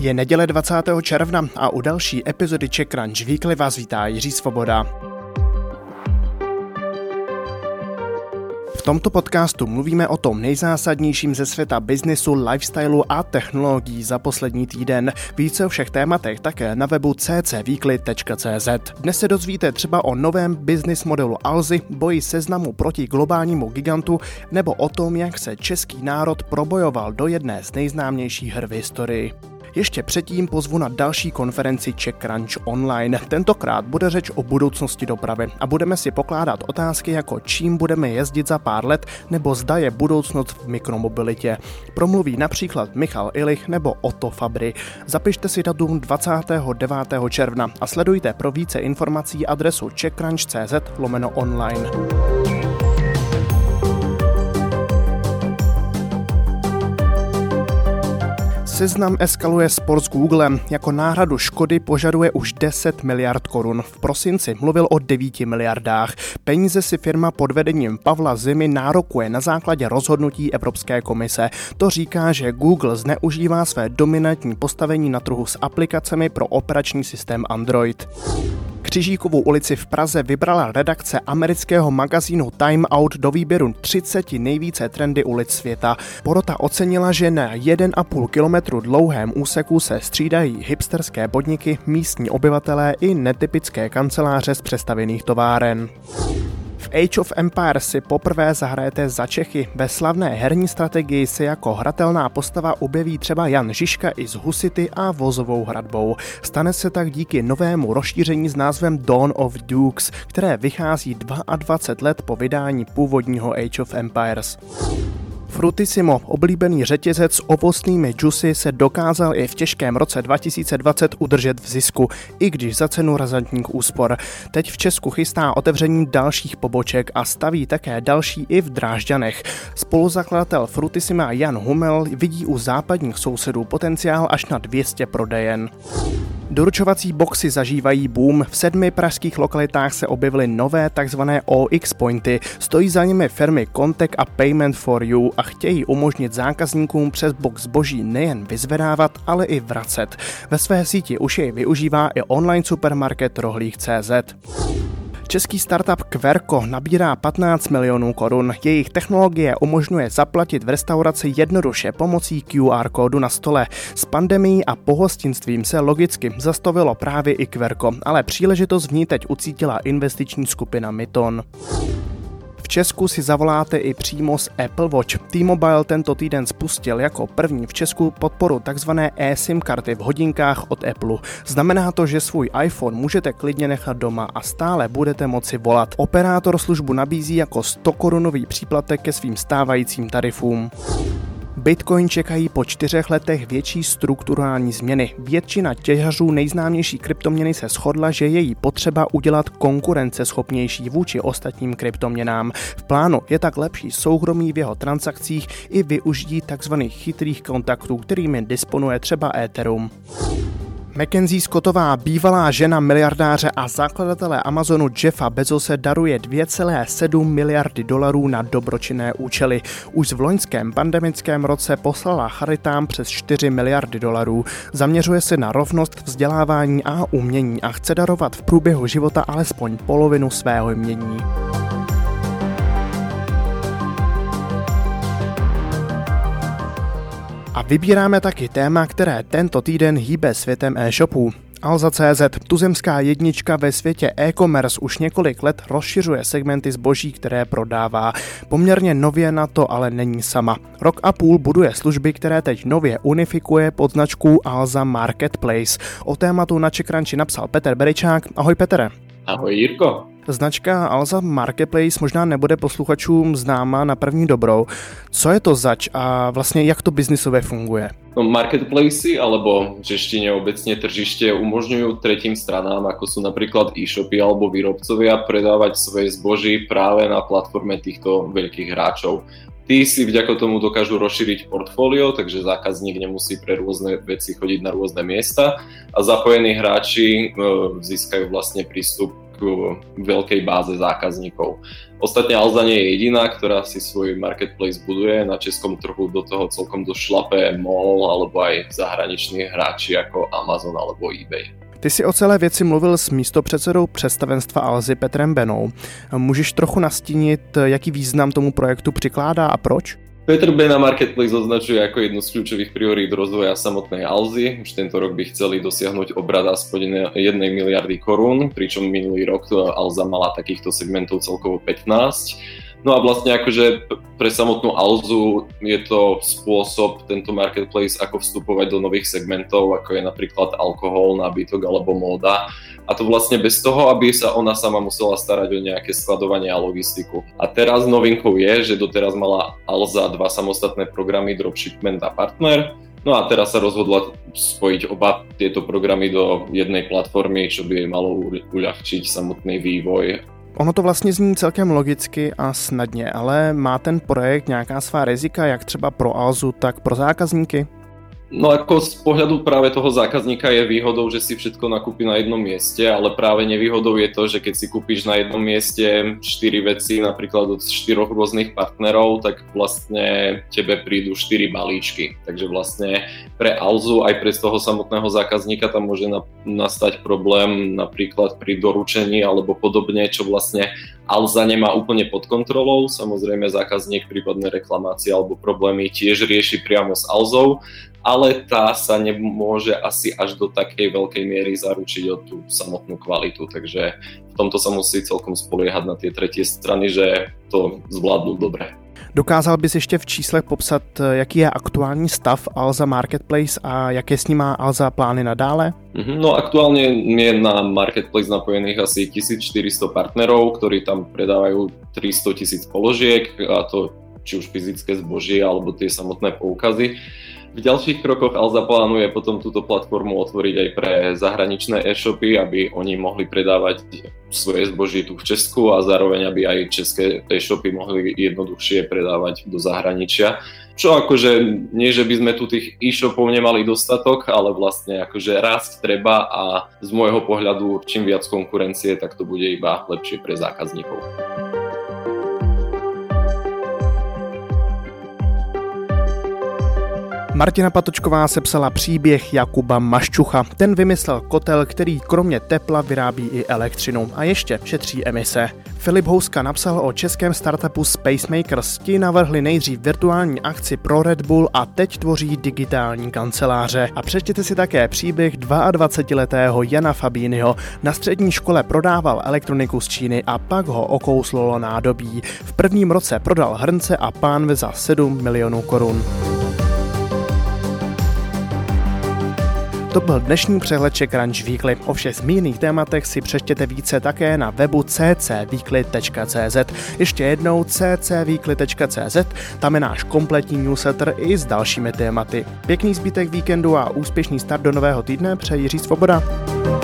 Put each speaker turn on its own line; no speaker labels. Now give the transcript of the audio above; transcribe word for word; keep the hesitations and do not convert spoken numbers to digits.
Je neděle dvacátého června a u další epizody CzechCrunch Weekly vás vítá Jiří Svoboda. V tomto podcastu mluvíme o tom nejzásadnějším ze světa biznisu, lifestylu a technologií za poslední týden. Více o všech tématech také na webu c c weekly tečka c z. Dnes se dozvíte třeba o novém business modelu Alzy, boji Seznamu proti globálnímu gigantu nebo o tom, jak se český národ probojoval do jedné z nejznámějších her v historii. Ještě předtím pozvu na další konferenci CzechCrunch online. Tentokrát bude řeč o budoucnosti dopravy a budeme si pokládat otázky jako čím budeme jezdit za pár let nebo zda je budoucnost v mikromobilitě. Promluví například Michal Illich nebo Otto Fabry. Zapište si datum dvacátého devátého června a sledujte pro více informací adresu czechcrunch tečka c z lomeno online. Seznam eskaluje spor s Googlem. Jako náhradu škody požaduje už deset miliard korun. V prosinci mluvil o devíti miliardách. Peníze si firma pod vedením Pavla Zimy nárokuje na základě rozhodnutí Evropské komise. To říká, že Google zneužívá své dominantní postavení na trhu s aplikacemi pro operační systém Android. Křižíkovou ulici v Praze vybrala redakce amerického magazínu Time Out do výběru třicet nejvíce trendy ulic světa. Porota ocenila, že na jeden a půl kilometru dlouhém úseku se střídají hipsterské podniky, místní obyvatelé i netypické kanceláře z přestavěných továren. V Age of Empires si poprvé zahrajete za Čechy. Ve slavné herní strategii se jako hratelná postava objeví třeba Jan Žižka i s husity a vozovou hradbou. Stane se tak díky novému rozšíření s názvem Dawn of Dukes, které vychází dvacet dva let po vydání původního Age of Empires. Frutissimo, oblíbený řetězec s ovocnými džusy, se dokázal i v těžkém roce dva tisíce dvacet udržet v zisku, i když za cenu razantních úspor. Teď v Česku chystá otevření dalších poboček a staví také další i v Drážďanech. Spoluzakladatel Frutissima Jan Humel vidí u západních sousedů potenciál až na dvě stě prodejen. Doručovací boxy zažívají boom. V sedmi pražských lokalitách se objevily nové takzvané O X pointy. Stojí za nimi firmy Contact a Payment for You a chtějí umožnit zákazníkům přes box zboží nejen vyzvedávat, ale i vracet. Ve své síti už jej využívá i online supermarket Rohlík tečka cé zet. Český startup Qverko nabírá patnáct milionů korun. Jejich technologie umožňuje zaplatit v restauraci jednoduše pomocí Q R kódu na stole. S pandemií a pohostinstvím se logicky zastavilo právě i Qverko, ale příležitost v ní teď ucítila investiční skupina Myton. V Česku si zavoláte i přímo z Apple Watch. T-Mobile tento týden spustil jako první v Česku podporu tzv. eSIM karty v hodinkách od Apple. Znamená to, že svůj iPhone můžete klidně nechat doma a stále budete moci volat. Operátor službu nabízí jako sto korunový příplatek ke svým stávajícím tarifům. Bitcoin čekají po čtyřech letech větší strukturální změny. Většina těžařů nejznámější kryptoměny se shodla, že je jí potřeba udělat konkurenceschopnější vůči ostatním kryptoměnám. V plánu je tak lepší soukromí v jeho transakcích i využití tzv. Chytrých kontaktů, kterými disponuje třeba Ethereum. Mackenzie Scottová, bývalá žena miliardáře a zakladatele Amazonu Jeffa Bezose, daruje dvě celé sedm miliardy dolarů na dobročinné účely. Už v loňském pandemickém roce poslala charitám přes čtyři miliardy dolarů. Zaměřuje se na rovnost, vzdělávání a umění a chce darovat v průběhu života alespoň polovinu svého jmění. A vybíráme taky téma, které tento týden hýbe světem e-shopů. Alza tečka cé zet, tuzemská jednička ve světě e-commerce, už několik let rozšiřuje segmenty zboží, které prodává. Poměrně nově na to ale není sama. Rok a půl buduje služby, které teď nově unifikuje pod značkou Alza Marketplace. O tématu na CzechCrunchi napsal Petr Beričák. Ahoj Petere.
Ahoj Jirko.
Značka Alza Marketplace možná nebude posluchačům známa na první dobrou. Co je to zač a vlastně jak to biznisově funguje?
No, marketplacy alebo v češtine obecne tržište umožňujú tretím stranám, ako sú napríklad e-shopy alebo výrobcovia, predávať svoje zboží práve na platforme týchto veľkých hráčov. Tí si vďaka tomu dokážu rozšíriť portfólio, takže zákazník nemusí pre rôzne veci chodiť na rôzne miesta a zapojení hráči e, získajú vlastne prístup k k veľkej báze zákazníkov. Ostatne Alza nie je jediná, ktorá si svoj marketplace buduje. Na českom trhu do toho celkom došlape MOL alebo aj zahraniční hráči ako Amazon alebo eBay.
Ty jsi o celé věci mluvil s místopředsedou představenstva Alzy Petrem Benou. Můžeš trochu nastínit, jaký význam tomu projektu přikládá a proč?
Petr Bena Marketplace označuje ako jednu z kľúčových priorít rozvoja samotnej Alzy. Už tento rok by chceli dosiahnuť obrat aspoň jednej miliardy korún, pričom minulý rok Alza mala takýchto segmentov celkovo pätnásť. No a vlastne akože pre samotnú Alzu je to spôsob, tento marketplace, ako vstupovať do nových segmentov, ako je napríklad alkohol, nábytok alebo móda. A to vlastne bez toho, aby sa ona sama musela starať o nejaké skladovanie a logistiku. A teraz novinkou je, že doteraz mala Alza dva samostatné programy Dropshipment a Partner. No a teraz sa rozhodla spojiť oba tieto programy do jednej platformy, čo by jej malo uľahčiť samotný vývoj.
Ono to vlastně zní celkem logicky a snadně, ale má ten projekt nějaká svá rizika, jak třeba pro Alzu, tak pro zákazníky?
No ako z pohľadu práve toho zákazníka je výhodou, že si všetko nakúpi na jednom mieste, ale práve nevýhodou je to, že keď si kúpiš na jednom mieste štyri veci, napríklad od štyroch rôznych partnerov, tak vlastne tebe prídu štyri balíčky. Takže vlastne pre Alzu aj pre toho samotného zákazníka tam môže nastať problém napríklad pri doručení alebo podobne, čo vlastne Alza nemá úplne pod kontrolou. Samozrejme zákazník prípadné reklamácie alebo problémy tiež rieši priamo s Alzou, ale tá sa nemôže asi až do takej veľkej miery zaručiť o tú samotnú kvalitu, takže v tomto sa musí celkom spoliehať na tie tretie strany, že to zvládnu dobre.
Dokázal bys ještě v číslech popsat, jaký je aktuální stav Alza Marketplace a jaké s ním má Alza plány nadále?
No aktuálne je na Marketplace napojených asi tisícštyristo partnerov, ktorí tam predávajú tristotisíc položiek, a to či už fyzické zbožie alebo tie samotné poukazy. V ďalších krokoch Alza plánuje potom túto platformu otvoriť aj pre zahraničné e-shopy, aby oni mohli predávať svoje zbožie tu v Česku a zároveň aby aj české e-shopy mohli jednoduchšie predávať do zahraničia. Čo akože nie, že by sme tu tých e-shopov nemali dostatok, ale vlastne akože rásť treba a z môjho pohľadu čím viac konkurencie, tak to bude iba lepšie pre zákazníkov.
Martina Patočková sepsala příběh Jakuba Maščucha. Ten vymyslel kotel, který kromě tepla vyrábí i elektřinu a ještě šetří emise. Filip Houska napsal o českém startupu Spacemakers. Ti navrhli nejdřív virtuální akci pro Red Bull a teď tvoří digitální kanceláře. A přečtěte si také příběh dvaadvacetiletého Jana Fabínyho. Na střední škole prodával elektroniku z Číny a pak ho okouslo nádobí. V prvním roce prodal hrnce a pánve za sedm milionů korun. To byl dnešní přehledček Crunch Weekly. O všech zmíněných tématech si přečtěte více také na webu c c weekly tečka c z. Ještě jednou c c weekly tečka c z, tam je náš kompletní newsletter i s dalšími tématy. Pěkný zbytek víkendu a úspěšný start do nového týdne přeji Jiří Svoboda.